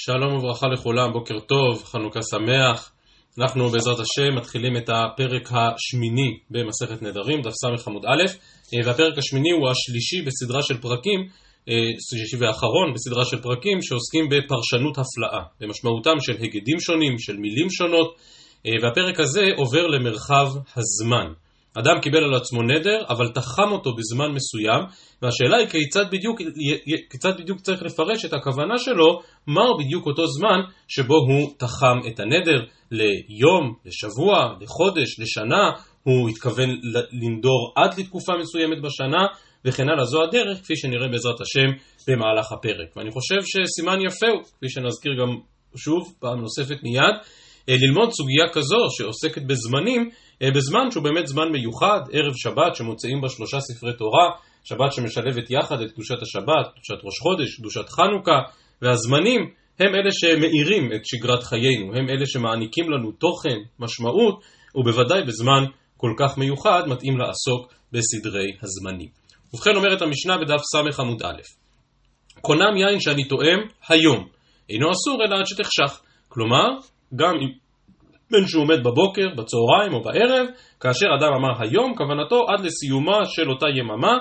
שלום וברכה לכולם, בוקר טוב, חנוכה שמח. אנחנו בעזרת השם מתחילים את הפרק השמיני במסכת נדרים, דף ס' עמוד א', והפרק השמיני הוא השלישי בסדרה של פרקים, שלישי ואחרון בסדרה של פרקים שעוסקים בפרשנות הפלאה, במשמעותם של הגדים שונים, של מילים שונות, והפרק הזה עובר למרחב הזמן. אדם קיבל על עצמו נדר, אבל תחם אותו בזמן מסוים, והשאלה היא כיצד בדיוק צריך לפרש את הכוונה שלו, מהו בדיוק אותו זמן שבו הוא תחם את הנדר, ליום, לשבוע, לחודש, לשנה, הוא התכוון לנדור עד לתקופה מסוימת בשנה, וכן הלאה. זו הדרך, כפי שנראה בעזרת השם במהלך הפרק. ואני חושב שסימן יפה הוא, כפי שנזכיר גם שוב פעם נוספת מיד, ללמוד סוגיה כזו שעוסקת בזמנים, בזמן שהוא באמת זמן מיוחד, ערב שבת שמוצאים בה 3 ספרי תורה, שבת שמשלבת יחד את קדושת השבת, קדושת ראש חודש, קדושת חנוכה, והזמנים הם אלה שמאירים את שגרת חיינו, הם אלה שמעניקים לנו תוכן, משמעות, ובוודאי בזמן כל כך מיוחד מתאים לעסוק בסדרי הזמנים. ובכן אומרת המשנה בדף ס' עמוד א', קונם יין שאני תואם היום, אינו אסור אלא עד שתחשך. כלומר, גם בין שהוא עומד בבוקר, בצהריים או בערב, כאשר אדם אמר היום, כוונתו עד לסיומה של אותה יממה,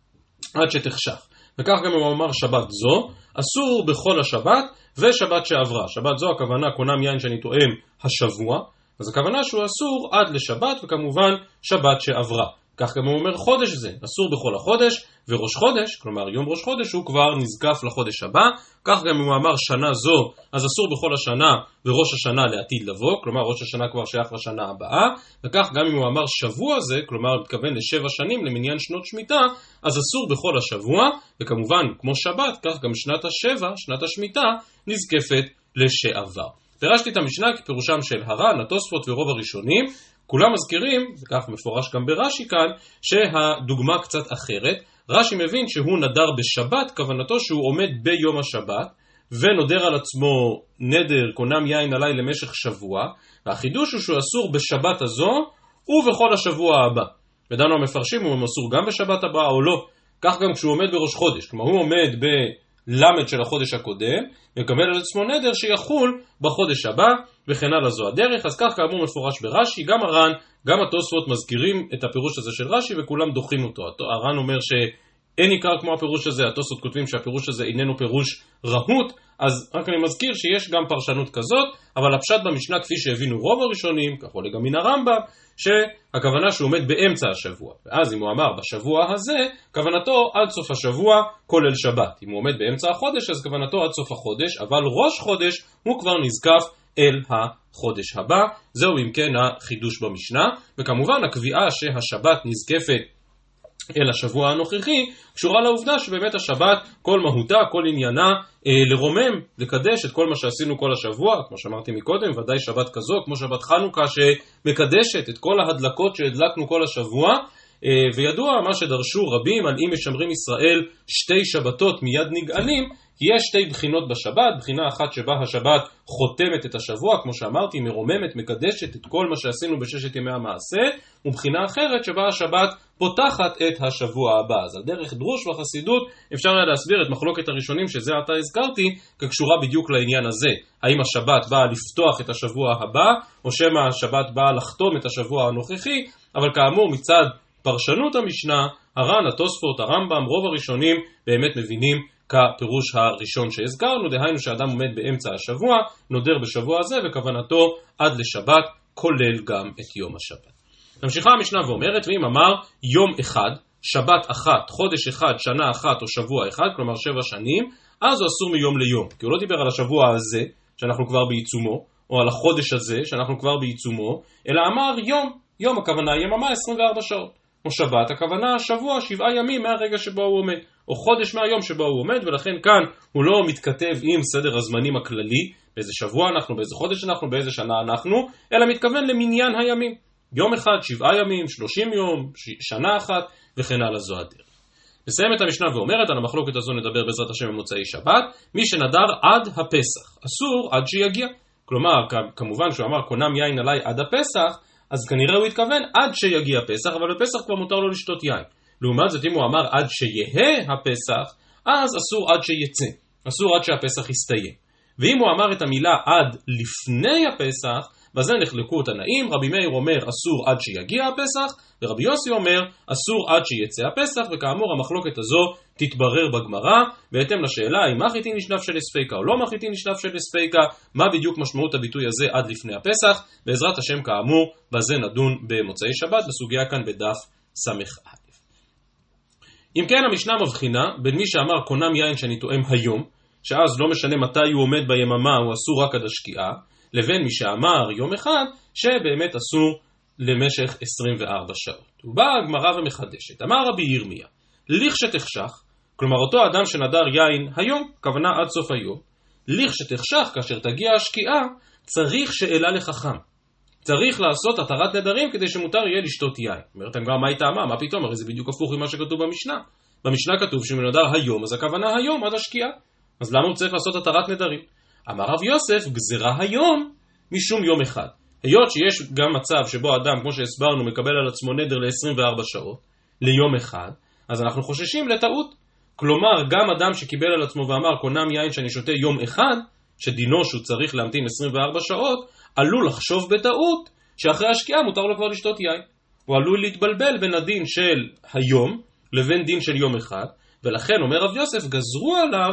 עד שתחשך. וכך גם הוא אמר שבת זו, אסור בכל השבת ושבת שעברה. שבת זו הכוונה קונם יין שאני תואם השבוע, אז הכוונה שהוא אסור עד לשבת וכמובן שבת שעברה. כך גם הוא אומר חודש זה, אסור בכל החודש, וראש חודש, כלומר יום ראש חודש הוא כבר נזקף לחודש הבא. כך גם הוא אמר שנה זו, אז אסור בכל השנה וראש השנה לעתיד לבוא, כלומר ראש השנה כבר שייך לשנה הבאה. וכך גם אם הוא אמר שבוע זה, כלומר מתכוון ל7 שנים למניין שנות שמיטה, אז אסור בכל השבוע, וכמובן כמו שבת, כך גם שנת השבע, שנת השמיטה, נזקפת לשעבר. פירשתי את המשנה כפירושם של הר"ן, התוספות ורוב הראשונים, כולם מזכירים, וכך מפורש גם ברש"י כאן, שהדוגמה קצת אחרת. רש"י מבין שהוא נדר בשבת, כוונתו שהוא עומד ביום השבת, ונודר על עצמו נדר קונם יין עלי למשך שבוע, והחידוש הוא שהוא אסור בשבת הזו, ובכל השבוע הבא. ודנו המפרשים הוא אסור גם בשבת הבאה או לא, כך גם כשהוא עומד בראש חודש, כלומר הוא עומד בלמד של החודש הקודם, מקבל על עצמו נדר שיחול בחודש הבא, וכן הלאה זו הדרך. אז כך כאמור מפורש ברש"י, גם הר"ן, גם התוספות מזכירים את הפירוש הזה של רש"י וכולם דוחים אותו. הר"ן אומר שאין עיקר כמו הפירוש הזה, התוספות כותבים שהפירוש הזה איננו פירוש רהוט, אז רק אני מזכיר שיש גם פרשנות כזאת, אבל הפשט במשנה כפי שהבינו רוב הראשונים, כך עולה גם מן הרמב"ם, שהכוונה שהוא עומד באמצע השבוע. ואז אם הוא אמר בשבוע הזה, כוונתו עד סוף השבוע כולל שבת. אם הוא עומד באמצע החודש, אז כוונתו עד סוף החודש, אבל ראש חודש הוא כבר נזקף אל החודש הבא. זהו אם כן החידוש במשנה, וכמובן הקביעה שהשבת נזקפת אל השבוע הנוכחי קשורה לעובדה שבאמת השבת כל מהותה, כל עניינה לרומם, לקדש את כל מה שעשינו כל השבוע, כמו שאמרתי מקודם, ודאי שבת כזו כמו שבת חנוכה שמקדשת את כל ההדלקות שהדלקנו כל השבוע. וידוע מה שדרשו רבים על אם משמרים ישראל 2 שבתות מיד נגאלים, כי יש 2 בחינות בשבת, בחינה אחת שבה השבת חותמת את השבוע, כמו שאמרתי, מרוממת, מקדשת את כל מה שעשינו ב6 ימי המעשה, ובחינה אחרת שבה השבת פותחת את השבוע הבא. אז על דרך דרוש וחסידות אפשר היה להסביר את מחלוקת הראשונים שזה עתה הזכרתי, כקשורה בדיוק לעניין הזה. האם השבת באה לפתוח את השבוע הבא, או שמא השבת באה לחתום את השבוע הנוכחי, אבל כאמור מצד פרשנות המשנה, הר"ן, התוספות, הרמב"ם, רוב הראשונים באמת מבינים כפירוש הראשון שהזכרנו, דהיינו שאדם עומד באמצע השבוע, נודר בשבוע הזה, וכוונתו עד לשבת, כולל גם את יום השבת. ממשיכה המשנה ואומרת, ואם אמר יום אחד, שבת אחת, חודש אחד, שנה אחת או שבוע אחד, כלומר 7 שנים, אז הוא אסור מיום ליום, כי הוא לא דיבר על השבוע הזה, שאנחנו כבר בעיצומו, או על החודש הזה, שאנחנו כבר בעיצומו, אלא אמר יום הכוונה יממה 24 שעות. או שבת, הכוונה שבוע 7 ימים מהרגע שבו הוא עומד, או חודש מהיום שבו הוא עומד, ולכן כאן הוא לא מתכתב עם סדר הזמנים הכללי, באיזה שבוע אנחנו, באיזה חודש אנחנו, באיזה שנה אנחנו, אלא מתכוון למניין הימים. יום אחד, 7 ימים, 30 יום, שנה אחת, וכן הלאה זו הדרך. מסיימת המשנה ואומרת, על המחלוקת הזו נדבר בעזרת השם במוצאי שבת, מי שנדר עד הפסח, אסור עד שיגיע. כלומר, כמובן שהוא אמר קונם יין עלי עד הפסח, אז כנראה הוא התכוון עד שיגיע פסח, אבל בפסח כבר מותר לו לשתות יין. לעומת זאת, אם הוא אמר עד שיהיה הפסח, אז אסור עד שיצא, אסור עד שהפסח יסתיים. ואם הוא אמר את המילה עד לפני הפסח, בזה נחלקו תנאים. רבי מאיר אומר אסור עד שיגיע הפסח, ורבי יוסי אומר אסור עד שיצא הפסח, וכאמור המחלוקת הזו תתברר בגמרא, בהתאם לשאלה אם מחליטין לשלף של ספיקה או לא מחליטין לשלף של ספיקה, מה בדיוק משמעות הביטוי הזה עד לפני הפסח. בעזרת השם כאמור, בזה נדון במוצאי שבת, בסוגיה כאן בדף ס"א. אם כן, המשנה מבחינה בין מי שאמר קונם יין שאני תואם היום, שאז לא משנה מתי הוא עומד ביממה, הוא אסור רק עד השקיעה, לבין מי שאמר יום אחד, שבאמת אסור למשך 24 שעות. ובאה הגמרא ומחדשת. אמר רבי ירמיה, לכשתחשך, כלומר אותו אדם שנדר יין היום, כוונה עד סוף היום, לכשתחשך, כאשר תגיע השקיעה, צריך שאלה לחכם. צריך לעשות התרת נדרים כדי שמותר יהיה לשתות יין. אומרת הגמרא, מה היא טעמה? מה פתאום? הרי זה בדיוק הפוך ממה שכתוב במשנה. במשנה כתוב שאם נדר היום, אז הכוונה היום עד השקיעה. אז למה הוא צריך לעשות התרת נדרים? אמר רב יוסף, גזרה היום משום יום אחד. היות שיש גם מצב שבו אדם, כמו שהסברנו, מקבל על עצמו נדר ל-24 שעות, ליום אחד, אז אנחנו חוששים לטעות. כלומר, גם אדם שקיבל על עצמו ואמר, קונם יין שאני שותה יום אחד, שדינו שהוא צריך להמתין 24 שעות, עלול לחשוב בטעות שאחרי השקיעה מותר לו כבר לשתות יין. הוא עלול להתבלבל בין הדין של היום לבין דין של יום אחד, ולכן אומר רב יוסף, גזרו עליו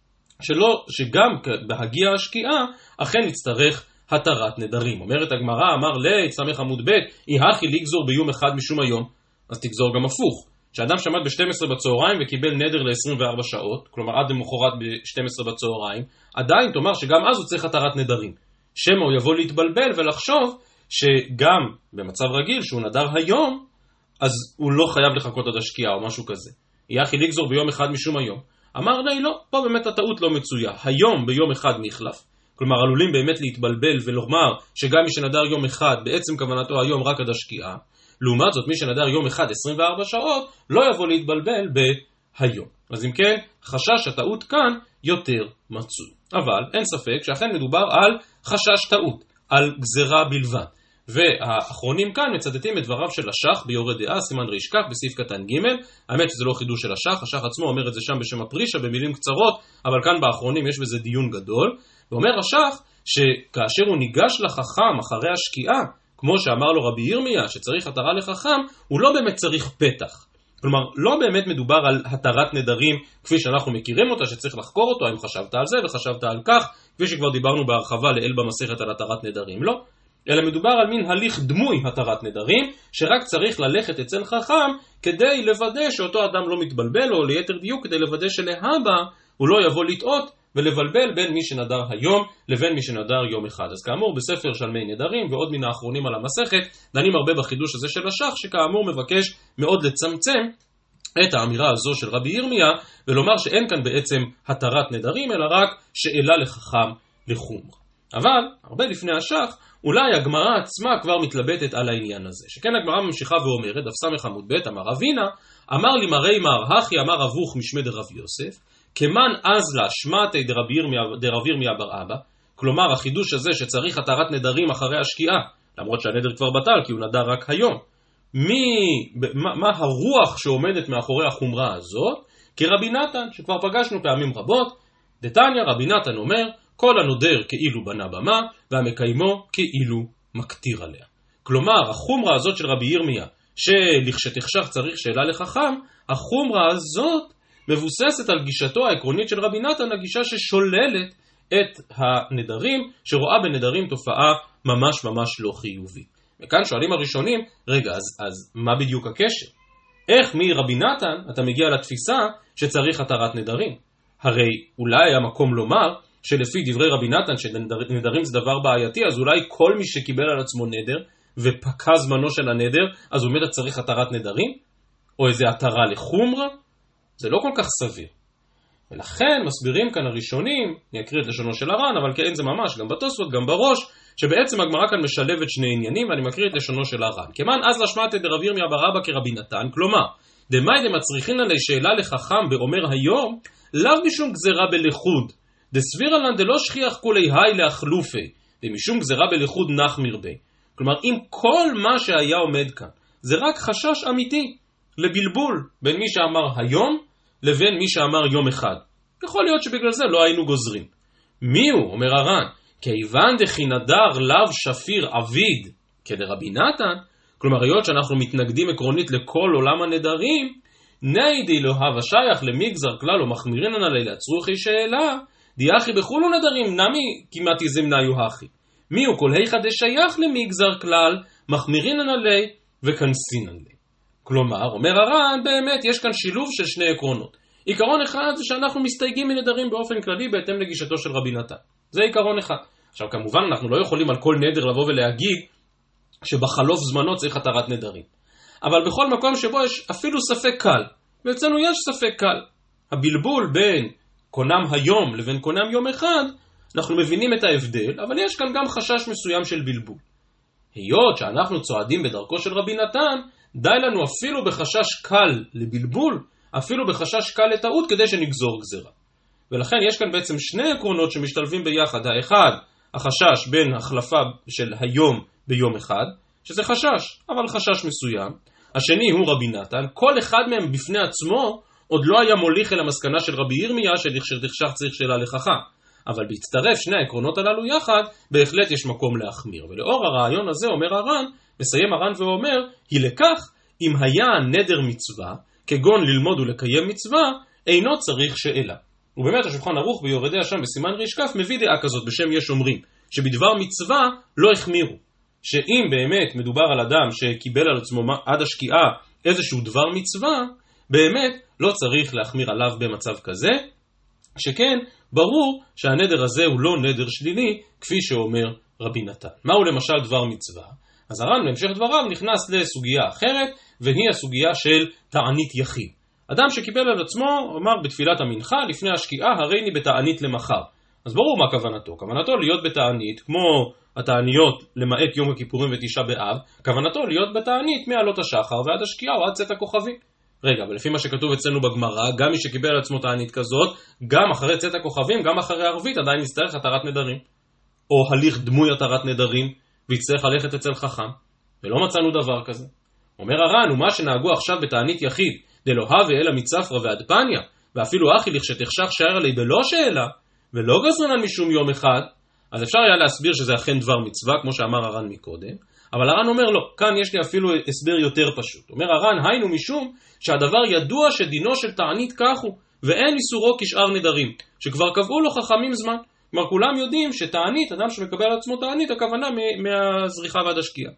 שגם בהגיע השקיעה אכן יצטרך התרת נדרים. אומרת הגמרא, אמר לי, סמך עמוד ב', הכי לגזור ביום אחד משום היום, אז תגזור גם הפוך. שאדם שמד ב-12 בצהריים וקיבל נדר ל-24 שעות, כלומר עד למחרת ב-12 בצהריים, עדיין תאמר שגם אז הוא צריך התרת נדרים. שמא הוא יבוא להתבלבל ולחשוב שגם במצב רגיל שהוא נדר היום, אז הוא לא חייב לחכות עד השקיעה או משהו כזה. הכי לגזור ביום אחד משום היום. אמר לי, לא, פה באמת הטעות לא מצויה. היום ביום אחד מחלף. כלומר, עלולים באמת להתבלבל ולומר שגם מי שנדר יום אחד, בעצם כוונתו היום רק עד השקיעה. לעומת זאת, מי שנדר יום אחד 24 שעות, לא יבוא להתבלבל בהיום. אז אם כן, חשש הטעות כאן יותר מצוי. אבל אין ספק שאכן מדובר על חשש טעות, על גזרה בלבד. והאחרונים כאן מצטטים את דבריו של השח ביורה דעה, סימן רשכח בסעיף קטן ג'. האמת שזה לא חידוש של השח, השח עצמו אומר את זה שם בשם הפרישה במילים קצרות, אבל כאן באחרונים יש בזה דיון גדול. ואומר השח שכאשר הוא ניגש לחכם אחרי השקיעה, כמו שאמר לו רבי ירמיה שצריך התרה לחכם, הוא לא באמת צריך פתח. כלומר, לא באמת מדובר על התרת נדרים כפי שאנחנו מכירים אותה, שצריך לחקור אותו, האם חשבת על זה וחשבת על כך, כפי שכבר דיברנו בהרחבה לעיל במסכת על התרת נדרים. לא. אלא מדובר על מין הליך דמוי התרת נדרים, שרק צריך ללכת אצל חכם כדי לוודא שאותו אדם לא מתבלבל, או ליתר דיוק כדי לוודא שלהבא הוא לא יבוא לטעות ולבלבל בין מי שנדר היום לבין מי שנדר יום אחד. אז כאמור בספר שלמי נדרים ועוד מן האחרונים על המסכת דנים הרבה בחידוש הזה של השח, שכאמור מבקש מאוד לצמצם את האמירה הזו של רבי ירמיה ולומר שאין כאן בעצם התרת נדרים אלא רק שאלה לחכם לחומר. אבל הרבה לפני השח אולי הגמרא עצמה כבר מתלבטת על העניין הזה, שכן הגמרא ממשיכה ואומרת, דף סמך עמוד ב', אמר רבינה, אמר לי מרי מר הכי אמר אבוך משמי דרב יוסף, כמן אז לה שמעתי דרב ירמיה בר אבא. כלומר החידוש הזה שצריך התרת נדרים אחרי השקיעה, למרות שהנדר כבר בטל כי הוא נדר רק היום. מה הרוח שעומדת מאחורי החומרה הזאת? כרבי נתן שכבר פגשנו פעמים רבות. דתניא רבי נתן אומר, כל הנודר כאילו בנה במה והמקיימו כאילו מקטיר עליה. כלומר החומרה הזאת של רבי ירמיה שלכשתחשך צריך שאלה לחכם, החומרה הזאת מבוססת על גישתו העקרונית של רבי נתן, הגישה ששוללת את הנדרים, שרואה בנדרים תופעה ממש ממש לא חיובית. וכאן שואלים הראשונים, רגע, אז מה בדיוק הקשר? איך מרבי נתן אתה מגיע לתפיסה שצריך התרת נדרים? הרי אולי המקום לומר שלפי דברי רבי נתן שנדרים זה דבר בעייתי, אז אולי כל מי שקיבל על עצמו נדר ופקע זמנו של הנדר, אז הוא באמת צריך התרת נדרים? או איזה התרה לחומרה? זה לא כל כך סביר. ולכן מסבירים כאן הראשונים, אני אקריא את לשונו של הר"ן, אבל כאין זה ממש, גם בתוספות, גם בראש, שבעצם הגמרא כאן משלבת שני עניינים, ואני מקריא את לשונו של הר"ן. כמן אז לשמעתי דרב ירמיה בר אבא כרבי נתן, כלומר, דמאי דמצריכין עלי שאלה לחכם באומר היום, לאו משום גזרה בלחוד, דסבירה לן דלא שכיח כולי היי לאחלופי, דמשום גזרה בלחוד נח מרבה. כלומר, אם כל מה שהיה עומד כאן, זה רק חשש אמיתי לבלבול בין מי שאמר היום, לבין מי שאמר יום אחד. יכול להיות שבגלל זה לא היינו גוזרים. מי הוא? אומר הר"ן, כיוון דכי נדר לאו שפיר עביד כדרבי נתן, כלומר היות שאנחנו מתנגדים עקרונית לכל עולם הנדרים, ניידי לא הווה שייך למגזר כלל ומחמירינן עלי לעצרוכי שאלה, דיאחי בכולו נדרים נמי כמעט יזמניו הכי. מי הוא? כל היכא דשייך למגזר כלל, מחמירינן עלי וכנסינן לי. כלומר, אומר הר"ן, באמת יש כאן שילוב של שני עקרונות. עיקרון אחד זה שאנחנו מסתייגים מנדרים באופן כללי בהתאם לגישתו של רבי נתן. זה עיקרון אחד. עכשיו כמובן אנחנו לא יכולים על כל נדר לבוא ולהגיד שבחלוף זמנו צריך התרת נדרים. אבל בכל מקום שבו יש אפילו ספק קל, ואצלנו יש ספק קל, הבלבול בין קונם היום לבין קונם יום אחד, אנחנו מבינים את ההבדל, אבל יש כאן גם חשש מסוים של בלבול. היות שאנחנו צועדים בדרכו של רבי נתן, די לנו אפילו בחשש קל לבלבול, אפילו בחשש קל לטעות כדי שנגזור גזרה. ולכן יש כאן בעצם שני עקרונות שמשתלבים ביחד. האחד, החשש בין החלפה של היום ביום אחד, שזה חשש, אבל חשש מסוים. השני הוא רבי נתן, כל אחד מהם בפני עצמו עוד לא היה מוליך אל המסקנה של רבי ירמיה שלכשך צריך שאלה לחכם. אבל בהצטרף שני העקרונות הללו יחד, בהחלט יש מקום להחמיר. ולאור הרעיון הזה אומר הר"ן, מסיים הר"ן ואומר, היא לכך, אם היה נדר מצווה, כגון ללמוד ולקיים מצווה, אינו צריך שאלה. ובאמת השולחן ערוך ביורדי השם בסימן ריש כ' מביא דעה כזאת בשם יש אומרים, שבדבר מצווה לא החמירו. שאם באמת מדובר על אדם שקיבל על עצמו עד השקיעה איזשהו דבר מצווה, באמת לא צריך להחמיר עליו במצב כזה, שכן ברור שהנדר הזה הוא לא נדר שלילי, כפי שאומר רבי נתן. מהו למשל דבר מצווה? אז הר"ן בהמשך דבריו נכנס לסוגיה אחרת, והיא הסוגיה של תענית יחיד. אדם שקיבל על עצמו, אמר בתפילת המנחה, לפני השקיעה, הריני בתענית למחר. אז ברור מה כוונתו. כוונתו להיות בתענית, כמו התעניות למעט יום הכיפורים ותשעה באב, כוונתו להיות בתענית מעלות השחר ועד השקיעה או עד צאת הכוכבים. רגע, אבל לפי מה שכתוב אצלנו בגמרא, גם מי שקיבל על עצמו תענית כזאת, גם אחרי צאת הכוכבים, גם אחרי ערבית, עדיין יצטרך התרת נדרים. או הליך דמוי התרת נדרים, ויצטרך ללכת אצל חכם. ולא מצאנו דבר כזה. אומר הר"ן, ומה שנהגו עכשיו בתענית יחיד, דלא הווה אלא מצפרא ועד פניה, ואפילו אחי לכשתחשך שער עלי בלא שאלה, ולא גזרנן משום יום אחד, אז אפשר היה להסביר שזה אכן דבר מצווה, כמו שאמר הר"ן מקודם, אבל הר"ן אומר לא, כאן יש לי אפילו הסבר יותר פשוט. אומר הר"ן, היינו משום שהדבר ידוע שדינו של תענית כך הוא, ואין איסורו כשאר נדרים, שכבר קבעו לו חכמים זמן. כלומר כולם יודעים שתענית, אדם שמקבל על עצמו תענית, הכוונה מהזריחה ועד השקיעה,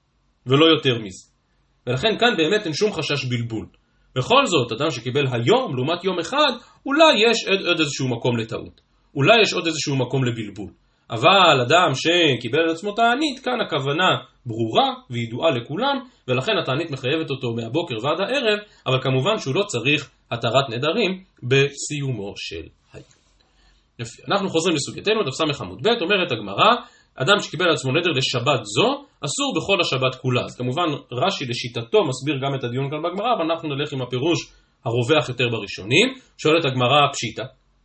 ולא יותר מזה. ולכן כאן באמת אין שום חשש בלבול. בכל זאת, אדם שקיבל היום לעומת יום אחד, אולי יש עוד איזשהו מקום לטעות. אולי יש עוד איזשהו מקום לבלבול. אבל אדם שקיבל על עצמו תענית, כאן הכוונה ברורה וידועה לכולם, ולכן התענית מחייבת אותו מהבוקר ועד הערב, אבל כמובן שהוא לא צריך התרת נדרים בסיומו של היום. יפה. אנחנו חוזרים לסוגייתנו, דף ס' עמוד ב', אומרת הגמרא, אדם שקיבל על עצמו נדר לשבת זו, אסור בכל השבת כולה. אז כמובן רש"י לשיטתו מסביר גם את הדיון כאן בגמרא, אבל אנחנו נלך עם הפירוש הרווח יותר בראשונים. שואלת הגמרא פשיטה.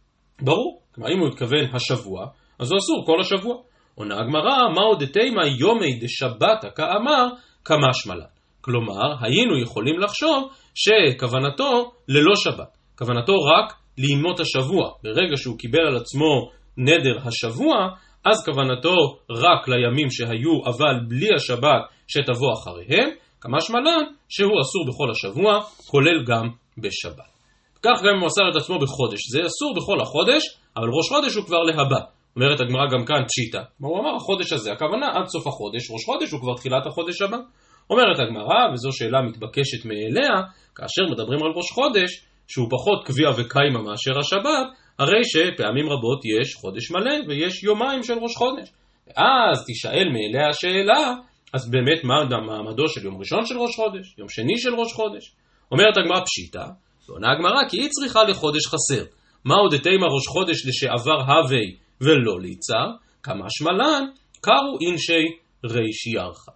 ברור, כלומר אם הוא התכוון השבוע, אז זה אסור כל השבוע. עונה הגמרא, מהו דתימה יומי דשבתא כאמר כמשמע לן. כלומר, היינו יכולים לחשוב שכוונתו ללא שבת. כוונתו רק לימות השבוע. ברגע שהוא קיבל על עצמו נדר השבוע, אז כוונתו רק לימים שהיו אבל בלי השבת שתבוא אחריהם, כמשמע לן שהוא אסור בכל השבוע, כולל גם בשבת. כך גם אם הוא אסר את עצמו בחודש, זה אסור בכל החודש, אבל ראש חודש הוא כבר להבא. אומרת הגמרא גם כאן פשיטה. הוא אמר החודש הזה, הכוונה עד סוף החודש, ראש חודש הוא כבר תחילת החודש הבא. אומרת הגמרא, וזו שאלה מתבקשת מאליה, כאשר מדברים על ראש חודש, שהוא פחות קביע וקיימה מאשר השבת, הרי שפעמים רבות יש חודש מלא ויש יומיים של ראש חודש. ואז תשאל מאליה השאלה, אז באמת מה מעמדו של יום ראשון של ראש חודש, יום שני של ראש חודש? אומרת הגמרא פשיטה, ועונה הגמרא כי היא צריכה לחודש חסר. מהו דתימה ראש חודש לשעבר הווי ולא ליצר? כמשמע לן קרו אינשי ריש ירחא.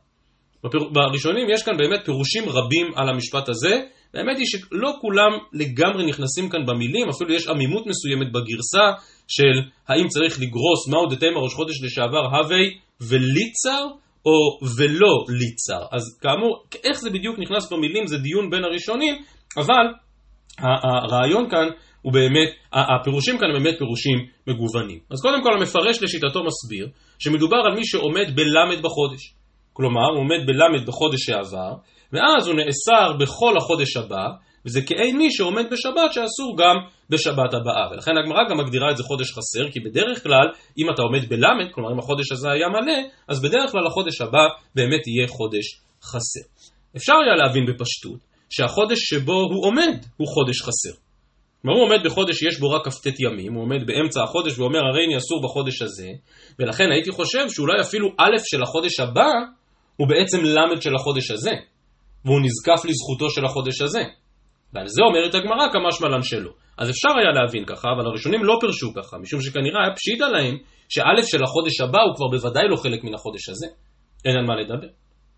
בראשונים יש כאן באמת פירושים רבים על המשפט הזה. האמת היא שלא כולם לגמרי נכנסים כאן במילים, אפילו יש עמימות מסוימת בגרסה של האם צריך לגרוס מהו דתימה ראש חודש לשעבר הווי וליצר או ולא ליצר. אז כאמור, איך זה בדיוק נכנס במילים זה דיון בין הראשונים, אבל הרעיון כאן ובאמת, הפירושים כאן הם באמת פירושים מגוונים. אז קודם כל המפרש לשיטתו מסביר שמדובר על מי שעומד בלמד בחודש. כלומר, הוא עומד בלמד בחודש שעבר, ואז הוא נאסר בכל החודש הבא, וזה כאין מי שעומד בשבת שאסור גם בשבת הבאה. ולכן הגמרא גם מגדירה את זה חודש חסר, כי בדרך כלל, אם אתה עומד בלמד, כלומר אם החודש הזה היה מלא, אז בדרך כלל החודש הבא באמת יהיה חודש חסר. אפשר היה להבין בפשטות שהחודש שבו הוא עומד הוא חודש חסר. כלומר, הוא עומד בחודש שיש בו רק כ"ט ימים, הוא עומד באמצע החודש ואומר הרי אני אסור בחודש הזה, ולכן הייתי חושב שאולי אפילו א' של החודש הבא הוא בעצם למד של החודש הזה, והוא נזקף לזכותו של החודש הזה. ועל זה אומרת הגמרא כמשמע לן שלא. אז אפשר היה להבין ככה, אבל הראשונים לא פרשו ככה, משום שכנראה היה פשיט עליהם שא' של החודש הבא הוא כבר בוודאי לא חלק מן החודש הזה. אין על מה לדבר.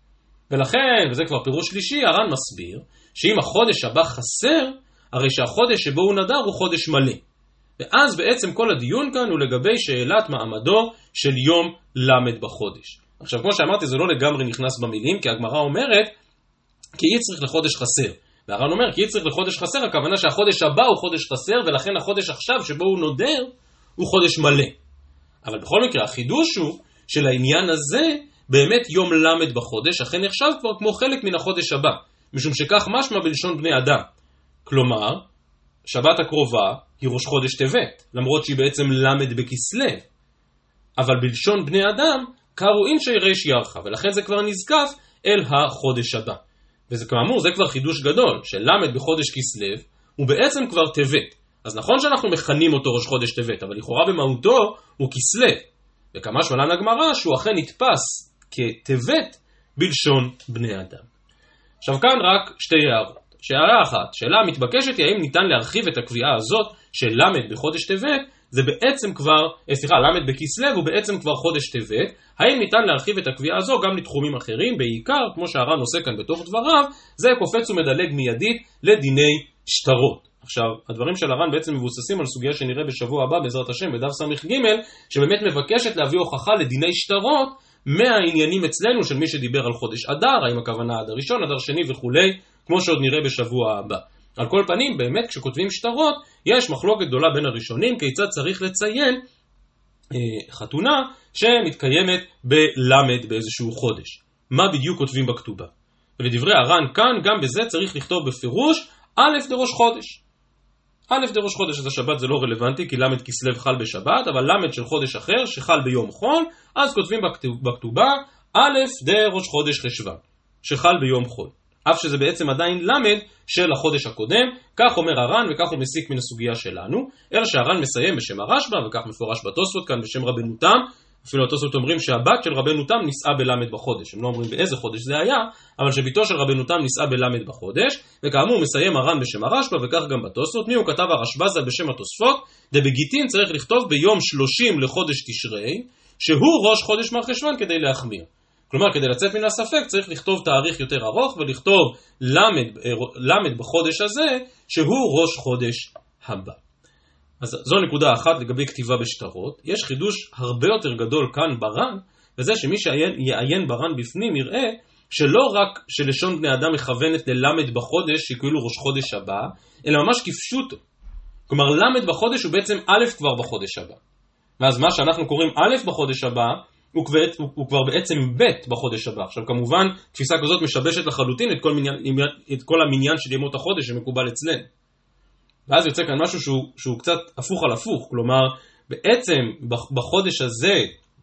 ולכן, וזה כבר פירוש שלישי, הר"ן מסביר שאם החודש הבא חסר, הרי שהחודש שבו הוא נדר הוא חודש מלא. ואז בעצם כל הדיון כאן הוא לגבי שאלת מעמדו של יום למד בחודש. עכשיו, כמו שאמרתי, זה לא לגמרי נכנס במילים, כי הגמרא אומרת, כי אי צריך לחודש חסר. והר"ן אומר, כי אי צריך לחודש חסר, הכוונה שהחודש הבא הוא חודש חסר, ולכן החודש עכשיו שבו הוא נודר, הוא חודש מלא. אבל בכל מקרה, החידוש הוא של העניין הזה, באמת יום למד בחודש, אכן נחשב כבר כמו חלק מן החודש הבא. משום שכך משמע בלשון בני אדם. כלומר, שבת הקרובה היא ראש חודש טבת, למרות שהיא בעצם למד בכסלו. אבל בלשון בני אדם, קראו אינשי ריש ירחה, ולכן זה כבר נזקף אל החודש הבא. וזה כאמור, זה כבר חידוש גדול, שלמד בחודש כסלו הוא בעצם כבר טבת. אז נכון שאנחנו מכנים אותו ראש חודש טבת, אבל לכאורה במהותו הוא כסלו. וכמשמע לן הגמרא שהוא אכן נתפס כטבת בלשון בני אדם. עכשיו כאן רק שתי הערות. שאלה אחת, שאלה המתבקשת היא האם ניתן להרחיב את הקביעה הזאת של למד בחודש טבת, זה בעצם כבר, למד בכסלו הוא בעצם כבר חודש טבת, האם ניתן להרחיב את הקביעה הזו גם לתחומים אחרים, בעיקר, כמו שהר"ן עושה כאן בתוך דבריו, זה קופץ ומדלג מיידית לדיני שטרות. עכשיו, הדברים של הר"ן בעצם מבוססים על סוגיה שנראה בשבוע הבא בעזרת השם בדף ס"ג, שבאמת מבקשת להביא הוכחה לדיני שטרות מהעניינים אצלנו של מי שדיבר על חודש אדר, האם הכוונה אדר ראשון, אדר שני וכולי, כמו שעוד נראה בשבוע הבא. על כל פנים, באמת כשכותבים שטרות, יש מחלוקת גדולה בין הראשונים, כיצד צריך לציין חתונה שמתקיימת בלמד באיזשהו חודש. מה בדיוק כותבים בכתובה? ולדברי הר"ן כאן, גם בזה צריך לכתוב בפירוש א' דראש חודש. א' דראש חודש, אז השבת זה לא רלוונטי, כי למד כסלו חל בשבת, אבל למד של חודש אחר שחל ביום חול, אז כותבים בכתובה א' דראש חודש חשוון, שחל ביום חול. אף שזה בעצם עדיין למד של החודש הקודם, כך אומר הר"ן וכך הוא מסיק מן הסוגיה שלנו, אלא שהר"ן מסיים בשם הרשב"א, וכך מפורש בתוספות כאן בשם רבנו תם, אפילו התוספות אומרים שהבת של רבנו תם נישאה בלמד בחודש, הם לא אומרים באיזה חודש זה היה, אבל שביתו של רבנו תם נישאה בלמד בחודש, וכאמור מסיים הר"ן בשם הרשב"א וכך גם בתוספות. מי הוא כתב הרשב"א זה בשם התוספות, דבגיטין צריך לכתוב ביום 30 לחודש תשרי, שהוא ראש חודש מרחשוון כדי להחמיר. כלומר, כדי לצאת מן הספק צריך לכתוב תאריך יותר ארוך ולכתוב למד בחודש הזה, שהוא ראש חודש הבא. אז זו נקודה אחת לגבי כתיבה בשטרות. יש חידוש הרבה יותר גדול כאן בר"ן, וזה שמי שיעיין בר"ן בפנים יראה שלא רק שלשון בני אדם מכוונת ללמד בחודש, שכאילו ראש חודש הבא, אלא ממש כפשוטו. כלומר, למד בחודש הוא בעצם א' כבר בחודש הבא. ואז מה שאנחנו קוראים א' בחודש הבא, הוא כבר בעצם ב' בחודש הבא. עכשיו כמובן, תפיסה כזאת משבשת לחלוטין את כל המניין של ימות החודש שמקובל אצלנו. ואז יוצא כאן משהו שהוא קצת הפוך על הפוך. כלומר, בעצם בחודש הזה,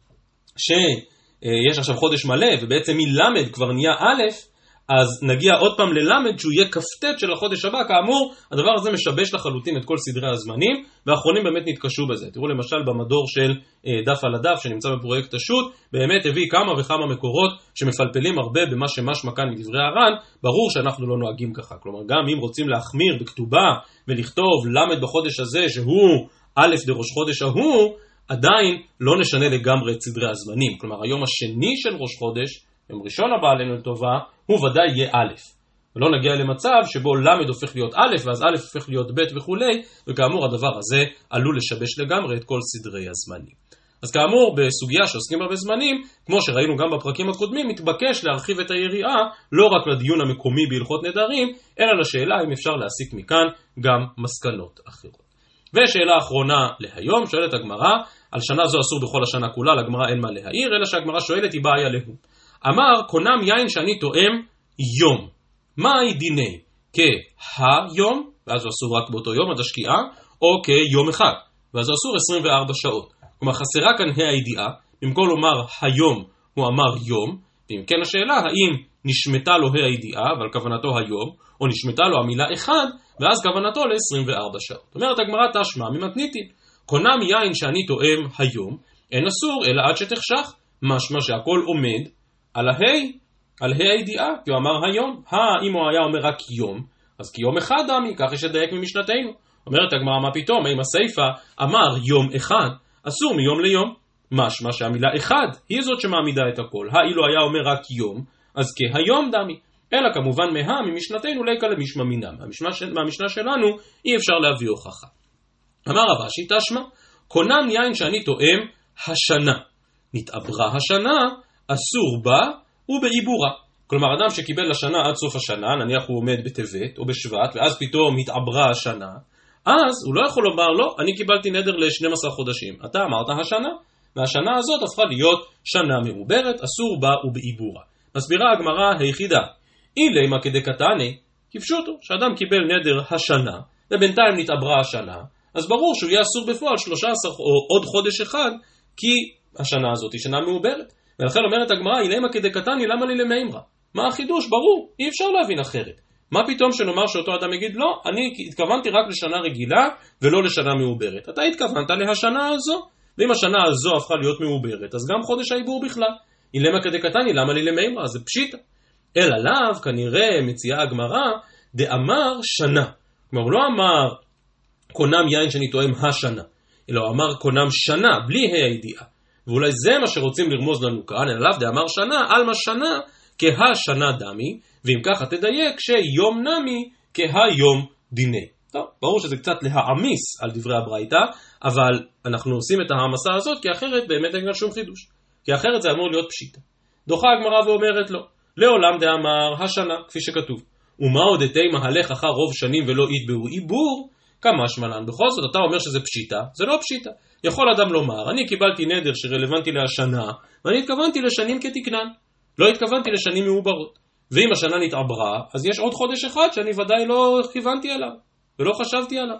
שיש עכשיו חודש מלא, ובעצם מלמד כבר נהיה א', אז נגיע עוד פעם ללמד שהוא יהיה כ"ט של החודש הבא. כאמור, הדבר הזה משבש לחלוטין את כל סדרי הזמנים, והאחרונים באמת נתקשו בזה. תראו למשל במדור של דף על הדף שנמצא בפרויקט השו"ת, באמת הביא כמה וכמה מקורות שמפלפלים הרבה במה שמשמע כאן מדברי הר"ן. ברור שאנחנו לא נוהגים ככה. כלומר, גם אם רוצים להחמיר בכתובה ולכתוב למד בחודש הזה שהוא א' דראש חודש ההוא, עדיין לא נשנה לגמרי את סדרי הזמנים. כלומר, היום השני של ראש חודש, יום ראשון הבא עלינו לטובה, הוא ודאי יהיה א'. ולא נגיע למצב שבו למד הופך להיות א', ואז א' הופך להיות ב' וכולי, וכאמור הדבר הזה עלול לשבש לגמרי את כל סדרי הזמנים. אז כאמור, בסוגיה שעוסקים בה בזמנים, כמו שראינו גם בפרקים הקודמים, מתבקש להרחיב את היריעה לא רק לדיון המקומי בהלכות נדרים, אלא לשאלה אם אפשר להסיק מכאן גם מסקנות אחרות. ושאלה אחרונה להיום, שואלת הגמרא, על שנה זו אסור בכל השנה כולה, לגמרא אין מה להעיר, אלא שהגמרא שואלת היא בעיה להו. אמר, קונם יין שאני תואם יום. מהי דיני? כהיום, ואז הוא אסור רק באותו יום עד השקיעה, או כיום אחד, ואז הוא אסור 24 שעות. כלומר, חסרה כאן הידיעה, במקום לומר היום, הוא אמר יום, ואם כן השאלה, האם נשמתה לו הידיעה, אבל כוונתו היום, או נשמתה לו המילה אחד, ואז כוונתו ל-24 שעות. אומרת הגמרא תשמע ממתניתין, קונם יין שאני תואם היום, אין אסור אלא עד שתחשך, משמע שהכל עומד על הידיעה, כי הוא אמר היום, אם הוא היה אומר רק יום, אז כי יום אחד דמי, כך יש לדייק ממשנתנו. אומרת הגמרא מה פתאום, אם הסייפה אמר יום אחד, אסור מיום ליום, משמע שהמילה אחד היא זאת שמעמידה את הכל, אילו היה אומר רק יום, אז כהיום דמי. אלא כמובן ממשנתנו ליקה למשמע מינם. מהמשנה שלנו אי אפשר להביא הוכחה. אמר רבשי תשמע, קונם יין שאני תואם השנה. נתעברה השנה, אסור בה ובעיבורה. כלומר, אדם שקיבל לשנה עד סוף השנה, נניח הוא עומד בטבת או בשבט, ואז פתאום התעברה השנה, אז הוא לא יכול לומר, לא, אני קיבלתי נדר ל-12 חודשים. אתה אמרת השנה, והשנה הזאת הפכה להיות שנה מעוברת, אסור בה ובעיבורה. מסבירה הגמרא היחידה, אילמה כדקתני, כפשוטו, שאדם קיבל נדר השנה, ובינתיים נתעברה השנה, אז ברור שהוא יהיה אסור בפועל 13 או עוד חודש אחד, כי השנה הזאת היא שנה מעוברת. ולכן אומרת הגמרא, אילמה כדקתני, למה לי למימרה? מה החידוש? ברור, אי אפשר להבין אחרת. מה פתאום שנאמר שאותו אדם יגיד, לא, אני התכוונתי רק לשנה רגילה ולא לשנה מעוברת. אתה התכוונת להשנה הזו, ואם השנה הזו הפכה להיות מעוברת, אז גם חודש העיבור בכלל. אילמה כדקתני, למה לי למימרה? זה פשיטה. אלא לאו, כנראה מציעה הגמרא, דאמר שנה. כלומר, הוא לא אמר קונם יין שאני תואם השנה, אלא הוא אמר קונם שנה, בלי הידיעה. ואולי זה מה שרוצים לרמוז לנו כאן, אלא לאו דאמר שנה, על מה שנה, כהשנה דמי, ואם ככה תדייק שיום נמי כהיום דיני. טוב, ברור שזה קצת להעמיס על דברי הברייתא, אבל אנחנו עושים את ההעמסה הזאת, כי אחרת באמת אין שום חידוש. כי אחרת זה אמור להיות פשיטה. דוחה הגמרא ואומרת לו, לעולם דאמר השנה, כפי שכתוב. ומה עוד אתי מהלך אחר רוב שנים ולא יתבעו עיבור? כמה שמלן. בכל זאת אתה אומר שזה פשיטה, זה לא פשיטה. יכול אדם לומר, אני קיבלתי נדר שרלוונטי להשנה, ואני התכוונתי לשנים כתקנן. לא התכוונתי לשנים מעוברות. ואם השנה נתעברה, אז יש עוד חודש אחד שאני ודאי לא כיוונתי עליו, ולא חשבתי עליו.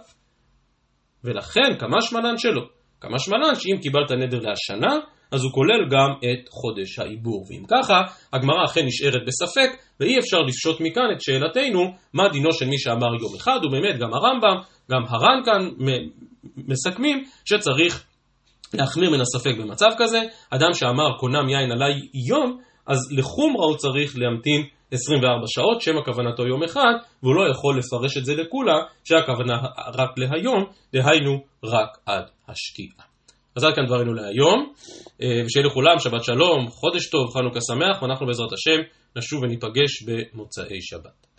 ולכן, כמה שמלן שלו. כמה שמלן שאם קיבלת נדר להשנה, אז הוא כולל גם את חודש העיבור. ואם ככה, הגמרא אכן נשארת בספק, ואי אפשר לפשוט מכאן את שאלתנו, מה דינו של מי שאמר יום אחד, ובאמת גם הרמב"ם, גם הר"ן כאן מסכמים, שצריך להחמיר מן הספק במצב כזה. אדם שאמר קונם יין עליי יום, אז לחומרה הוא צריך להמתין 24 שעות, שם הכוונתו יום אחד, והוא לא יכול לפרש את זה לכולה, שהכוונה רק להיום, דהיינו רק עד השקיעה. אז עד כאן דברינו להיום, ושיהיה לכולם שבת שלום, חודש טוב, חנוכה שמח, ואנחנו בעזרת השם נשוב וניפגש במוצאי שבת.